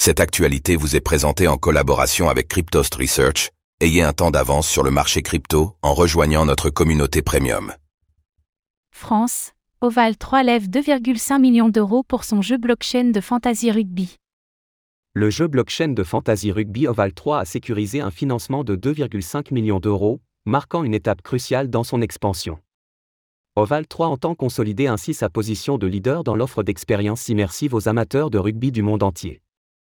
Cette actualité vous est présentée en collaboration avec Cryptost Research. Ayez un temps d'avance sur le marché crypto en rejoignant notre communauté premium. France, Oval 3 lève 2,5 millions d'euros pour son jeu blockchain de Fantasy Rugby. Le jeu blockchain de Fantasy Rugby Oval 3 a sécurisé un financement de 2,5 millions d'euros, marquant une étape cruciale dans son expansion. Oval 3 entend consolider ainsi sa position de leader dans l'offre d'expériences immersives aux amateurs de rugby du monde entier.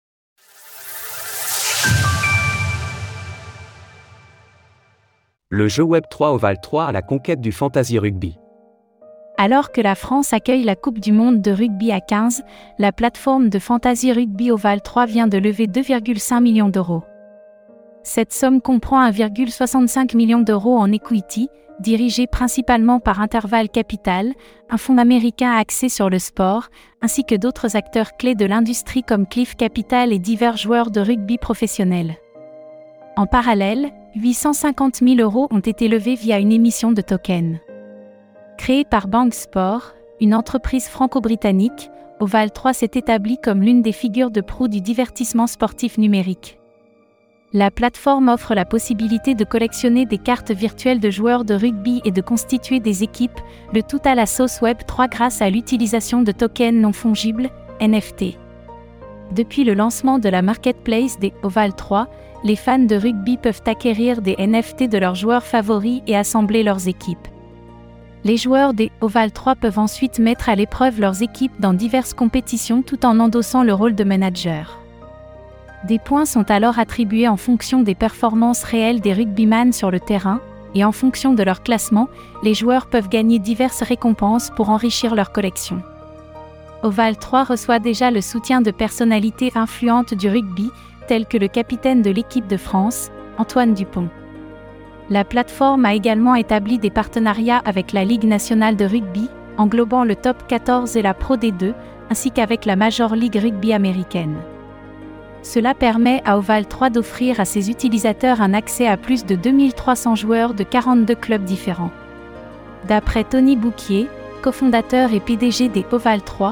Le jeu Web3 Oval 3 à la conquête du Fantasy Rugby. Alors que la France accueille la Coupe du monde de rugby à 15, la plateforme de Fantasy Rugby Oval 3 vient de lever 2,5 millions d'euros. Cette somme comprend 1,65 million d'euros en equity, dirigé principalement par Interval Capital, un fonds américain axé sur le sport, ainsi que d'autres acteurs clés de l'industrie comme Cliff Capital et divers joueurs de rugby professionnels. En parallèle, 850 000 euros ont été levés via une émission de tokens. Créée par Bank Sport, une entreprise franco-britannique, Oval 3 s'est établie comme l'une des figures de proue du divertissement sportif numérique. La plateforme offre la possibilité de collectionner des cartes virtuelles de joueurs de rugby et de constituer des équipes, le tout à la sauce Web3 grâce à l'utilisation de tokens non fongibles, NFT. Depuis le lancement de la marketplace des Oval 3, les fans de rugby peuvent acquérir des NFT de leurs joueurs favoris et assembler leurs équipes. Les joueurs des Oval 3 peuvent ensuite mettre à l'épreuve leurs équipes dans diverses compétitions tout en endossant le rôle de manager. Des points sont alors attribués en fonction des performances réelles des rugbyman sur le terrain, et en fonction de leur classement, les joueurs peuvent gagner diverses récompenses pour enrichir leur collection. Oval 3 reçoit déjà le soutien de personnalités influentes du rugby, tels que le capitaine de l'équipe de France, Antoine Dupont. La plateforme a également établi des partenariats avec la Ligue nationale de rugby, englobant le Top 14 et la Pro D2, ainsi qu'avec la Major League Rugby américaine. Cela permet à Oval 3 d'offrir à ses utilisateurs un accès à plus de 2300 joueurs de 42 clubs différents. D'après Tony Bouquier, cofondateur et PDG des Oval 3,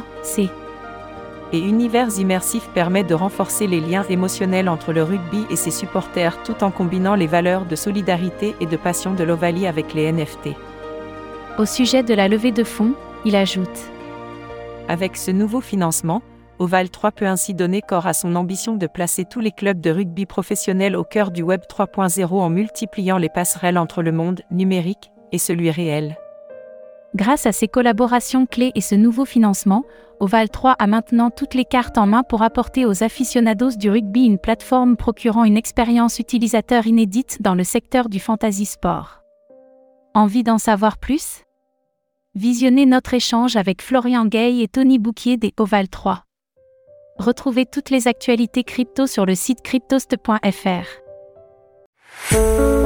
et univers immersif permet de renforcer les liens émotionnels entre le rugby et ses supporters tout en combinant les valeurs de solidarité et de passion de l'Ovalie avec les NFT. Au sujet de la levée de fonds, il ajoute : Avec ce nouveau financement, Oval 3 peut ainsi donner corps à son ambition de placer tous les clubs de rugby professionnels au cœur du Web 3.0 en multipliant les passerelles entre le monde numérique et celui réel. Grâce à ces collaborations clés et ce nouveau financement, Oval 3 a maintenant toutes les cartes en main pour apporter aux aficionados du rugby une plateforme procurant une expérience utilisateur inédite dans le secteur du fantasy sport. Envie d'en savoir plus ? Visionnez notre échange avec Florian Gay et Tony Bouquier des Oval 3. Retrouvez toutes les actualités crypto sur le site cryptost.fr.